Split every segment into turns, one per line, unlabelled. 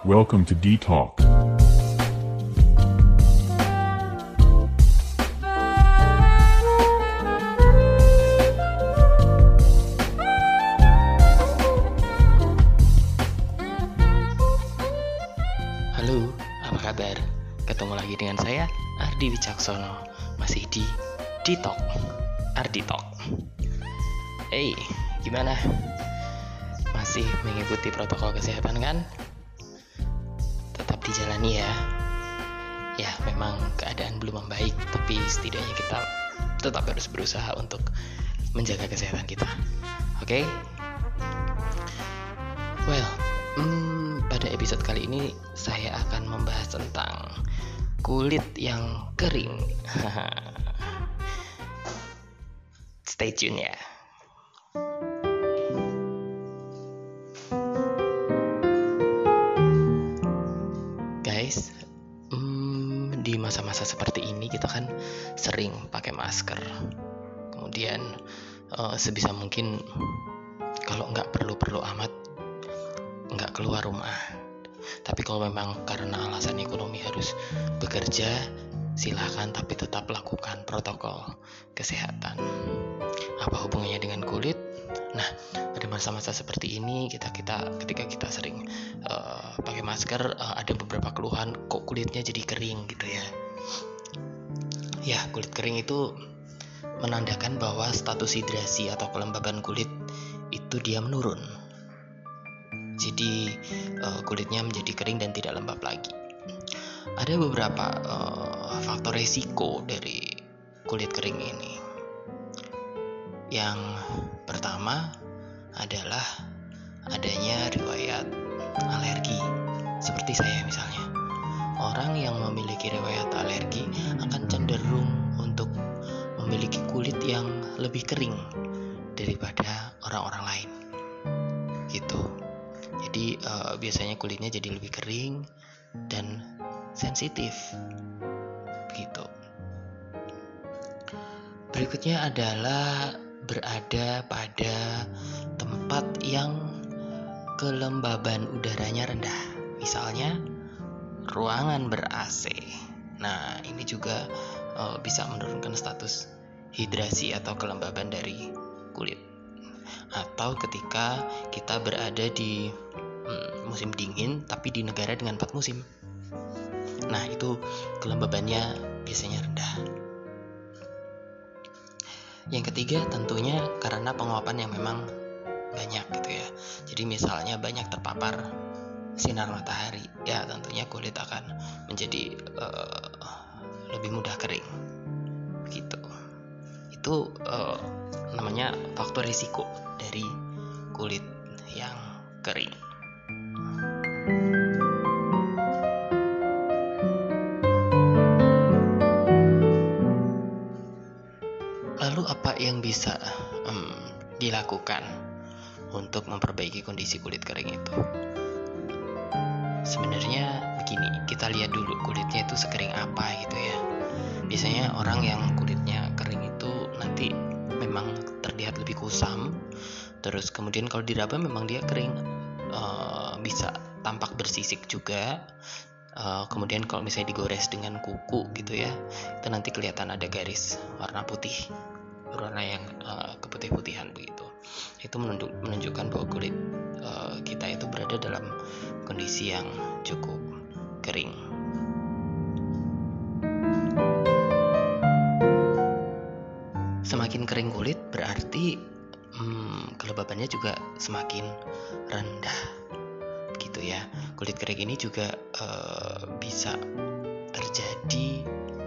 Welcome to D-Talk.
Halo, apa kabar? Ketemu lagi dengan saya, Ardi Wicaksono, masih di D-Talk, Ardi Talk. Hey, gimana? Masih mengikuti protokol kesehatan kan? Tetap dijalani ya. Ya, memang keadaan belum membaik, tapi setidaknya kita tetap harus berusaha untuk menjaga kesehatan kita. Oke? Well, pada episode kali ini saya akan membahas tentang kulit yang kering. Stay tune ya. Guys, di masa-masa seperti ini kita kan sering pakai masker. Kemudian sebisa mungkin kalau nggak perlu-perlu amat nggak keluar rumah. Tapi kalau memang karena alasan ekonomi harus bekerja, silakan, tapi tetap lakukan protokol kesehatan. Apa hubungannya dengan kulit? Nah, pada masa-masa seperti ini ketika kita sering pakai masker, ada beberapa keluhan, kok kulitnya jadi kering gitu ya. Ya, kulit kering itu menandakan bahwa status hidrasi atau kelembaban kulit itu dia menurun. Jadi kulitnya menjadi kering dan tidak lembab lagi. Ada beberapa faktor resiko dari kulit kering ini. Yang pertama adalah adanya riwayat alergi. Seperti saya misalnya. Orang yang memiliki riwayat alergi akan cenderung untuk memiliki kulit yang lebih kering daripada orang-orang lain. Gitu. Jadi biasanya kulitnya jadi lebih kering dan sensitif, begitu. Berikutnya adalah berada pada tempat yang kelembaban udaranya rendah, misalnya ruangan ber-AC. Nah, ini juga bisa menurunkan status hidrasi atau kelembaban dari kulit. Atau ketika kita berada di musim dingin tapi di negara dengan 4 musim. Nah, itu kelembabannya biasanya rendah. Yang ketiga tentunya karena penguapan yang memang banyak gitu ya. Jadi misalnya banyak terpapar sinar matahari, ya tentunya kulit akan menjadi lebih mudah kering. Begitu. Itu namanya faktor risiko dari kulit yang kering. Lalu apa yang bisa dilakukan untuk memperbaiki kondisi kulit kering itu? Sebenarnya begini, kita lihat dulu kulitnya itu sekering apa gitu ya. Biasanya orang yang kulitnya kering itu nanti memang terlihat lebih kusam. Terus kemudian kalau diraba memang dia kering, bisa tampak bersisik juga. Kemudian kalau misalnya digores dengan kuku gitu ya, itu nanti kelihatan ada garis warna putih, warna yang keputih-putihan begitu. Itu menunjukkan bahwa kulit kita itu berada dalam kondisi yang cukup kering. Semakin kering kulit berarti kelembabannya juga semakin rendah, gitu ya. Kulit kering ini juga bisa terjadi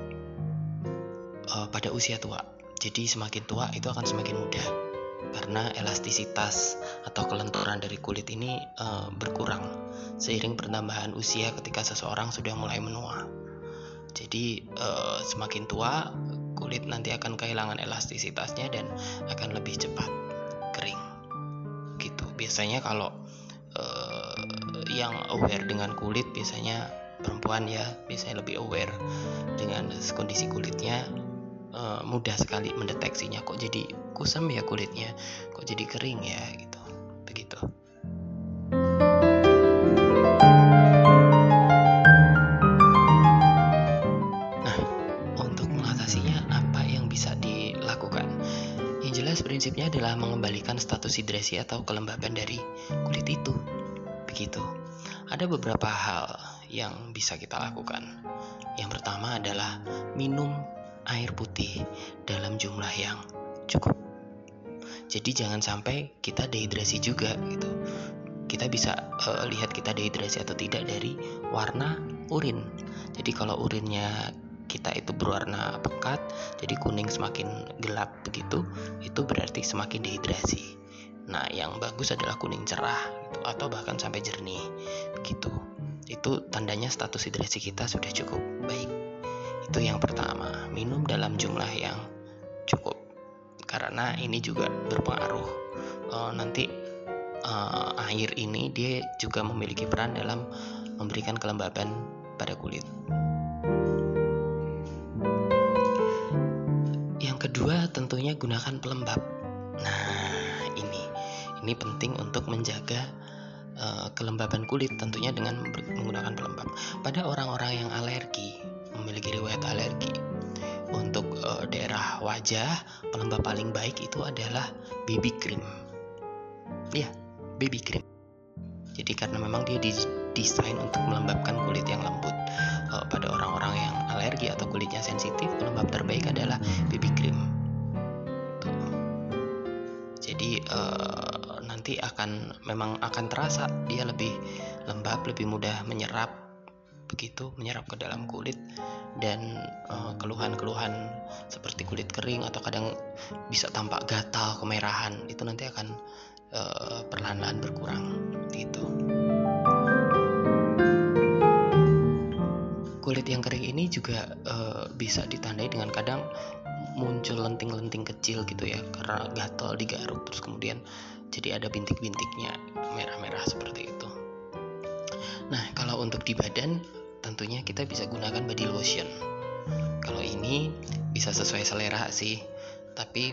pada usia tua. Jadi semakin tua itu akan semakin mudah karena elastisitas atau kelenturan dari kulit ini berkurang seiring pertambahan usia ketika seseorang sudah mulai menua. Jadi semakin tua kulit nanti akan kehilangan elastisitasnya dan akan lebih cepat kering. Gitu. Biasanya kalau yang aware dengan kulit biasanya perempuan ya, biasanya lebih aware dengan kondisi kulitnya, mudah sekali mendeteksinya, kok jadi kusam ya kulitnya, kok jadi kering ya gitu. Begitu. prinsipnya adalah mengembalikan status hidrasi atau kelembaban dari kulit itu. Begitu. Ada beberapa hal yang bisa kita lakukan. Yang pertama adalah minum air putih dalam jumlah yang cukup. Jadi jangan sampai kita dehidrasi juga gitu. Kita bisa lihat kita dehidrasi atau tidak dari warna urin. Jadi kalau urinnya kita itu berwarna pekat, jadi kuning semakin gelap begitu, itu berarti semakin dehidrasi. Nah, yang bagus adalah kuning cerah gitu, atau bahkan sampai jernih begitu. Itu tandanya status hidrasi kita sudah cukup baik. Itu yang pertama, minum dalam jumlah yang cukup. Karena ini juga berpengaruh nanti air ini dia juga memiliki peran dalam memberikan kelembaban pada kulit. Yang kedua tentunya gunakan pelembab. Nah, ini penting untuk menjaga kelembaban kulit, tentunya dengan menggunakan pelembab. Pada orang-orang yang alergi, memiliki riwayat alergi, untuk daerah wajah, pelembab paling baik itu adalah BB cream. Ya, BB cream. Jadi karena memang dia didesain untuk melembabkan kulit yang lembut. Pada orang-orang yang alergi atau kulitnya sensitif, pelembab terbaik adalah BB cream. Tuh. Jadi nanti memang akan terasa dia lebih lembab, lebih mudah menyerap begitu, menyerap ke dalam kulit, dan keluhan-keluhan seperti kulit kering atau kadang bisa tampak gatal, kemerahan itu nanti akan perlahan-lahan berkurang gitu. Kulit yang kering ini juga bisa ditandai dengan kadang muncul lenting-lenting kecil gitu ya, karena gatal digaruk terus kemudian jadi ada bintik-bintiknya merah-merah seperti itu. Nah, kalau untuk di badan tentunya kita bisa gunakan body lotion. Kalau ini bisa sesuai selera sih, tapi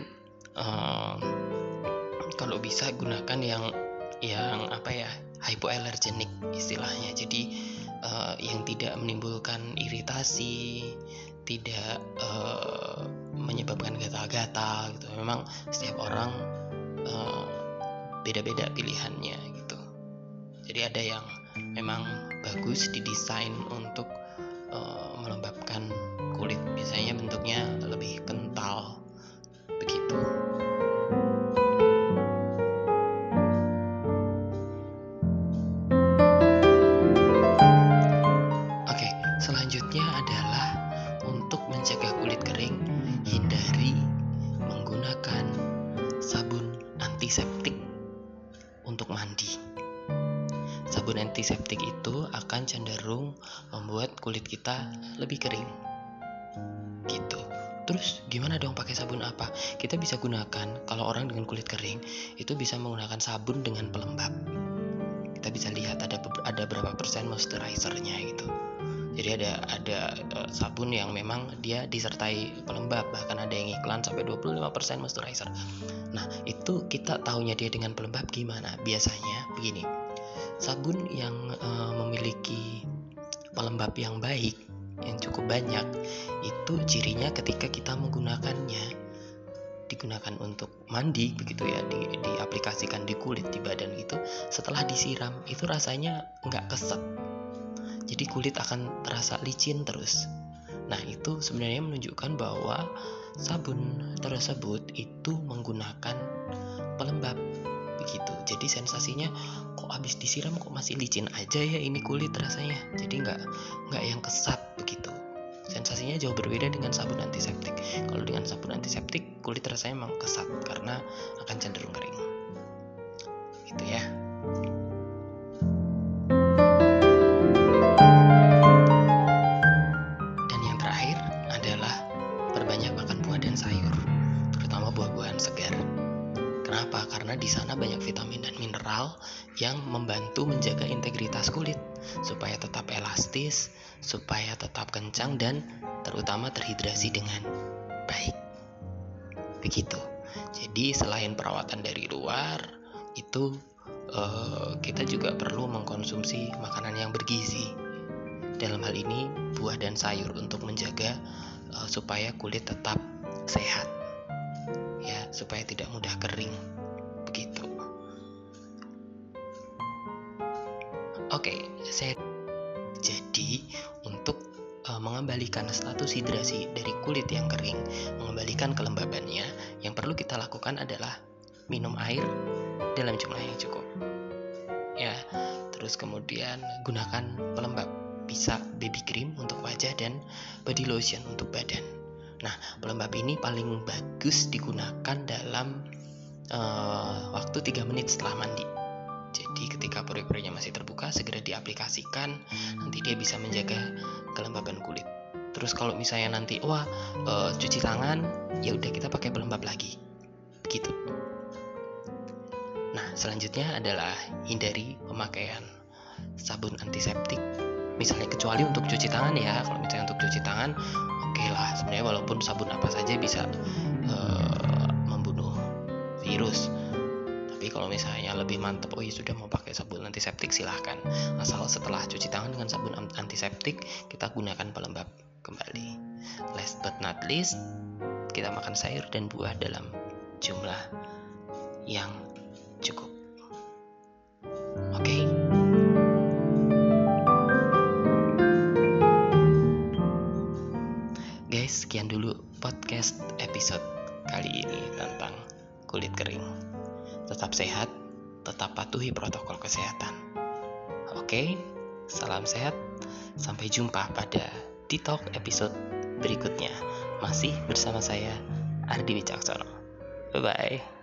kalau bisa gunakan yang hypoallergenic istilahnya. Jadi yang tidak menimbulkan iritasi, tidak menyebabkan gatal-gatal gitu. Memang setiap orang beda-beda pilihannya gitu. Jadi ada yang memang bagus didesain untuk melembabkan kulit, biasanya bentuknya lebih kental begitu. Oke, selanjutnya adalah untuk mencegah kulit kering, hindari menggunakan sabun antiseptik untuk mandi. Sabun antiseptik itu akan cenderung membuat kulit kita lebih kering gitu. Terus gimana dong pakai sabun apa? Kita bisa gunakan, kalau orang dengan kulit kering itu bisa menggunakan sabun dengan pelembab. Kita bisa lihat ada berapa persen moisturizer-nya gitu. Jadi ada sabun yang memang dia disertai pelembab, bahkan ada yang iklan sampai 25% moisturizer. Nah, itu kita taunya dia dengan pelembab gimana? Biasanya begini. Sabun yang memiliki pelembab yang baik, yang cukup banyak, itu cirinya ketika kita menggunakannya, digunakan untuk mandi begitu ya, diaplikasikan di kulit, di badan gitu, setelah disiram itu rasanya nggak keset, jadi kulit akan terasa licin terus. Nah, itu sebenarnya menunjukkan bahwa sabun tersebut itu menggunakan pelembab begitu. Jadi sensasinya kok habis disiram kok masih licin aja ya ini kulit rasanya, jadi nggak yang kesat begitu. Sensasinya jauh berbeda dengan sabun antiseptik. Kalau dengan sabun antiseptik kulit rasanya memang kesat karena akan cenderung kering gitu ya. Dan yang terakhir adalah perbanyak makan buah dan sayur, terutama buah-buahan segar. Kenapa? Karena di sana banyak vitamin dan mineral yang membantu menjaga integritas kulit supaya tetap elastis, supaya tetap kencang, dan terutama terhidrasi dengan baik. Begitu. Jadi selain perawatan dari luar, itu kita juga perlu mengkonsumsi makanan yang bergizi. Dalam hal ini buah dan sayur untuk menjaga supaya kulit tetap sehat. ya, supaya tidak mudah kering begitu. Oke, jadi untuk mengembalikan status hidrasi dari kulit yang kering, mengembalikan kelembabannya, yang perlu kita lakukan adalah minum air dalam jumlah yang cukup. Ya, terus kemudian gunakan pelembab, bisa baby cream untuk wajah dan body lotion untuk badan. Nah, pelembab ini paling bagus digunakan dalam waktu 3 menit setelah mandi. Jadi ketika pori-porinya masih terbuka, segera diaplikasikan, nanti dia bisa menjaga kelembaban kulit. Terus kalau misalnya nanti cuci tangan, ya udah kita pakai pelembab lagi. Begitu. Nah, selanjutnya adalah hindari pemakaian sabun antiseptik. Misalnya kecuali untuk cuci tangan ya. Kalau misalnya untuk cuci tangan, oke lah. Sebenarnya walaupun sabun apa saja bisa membunuh virus. Tapi kalau misalnya lebih mantep, sudah mau pakai sabun antiseptik, silahkan. Asal setelah cuci tangan dengan sabun antiseptik, kita gunakan pelembab kembali. Last but not least, kita makan sayur dan buah dalam jumlah yang cukup. Oke. Guys, sekian dulu podcast episode kali ini tentang kulit kering. Tetap sehat, tetap patuhi protokol kesehatan. Oke, salam sehat. Sampai jumpa pada Ditalk episode berikutnya. Masih bersama saya, Ardi Wicaksono. Bye-bye.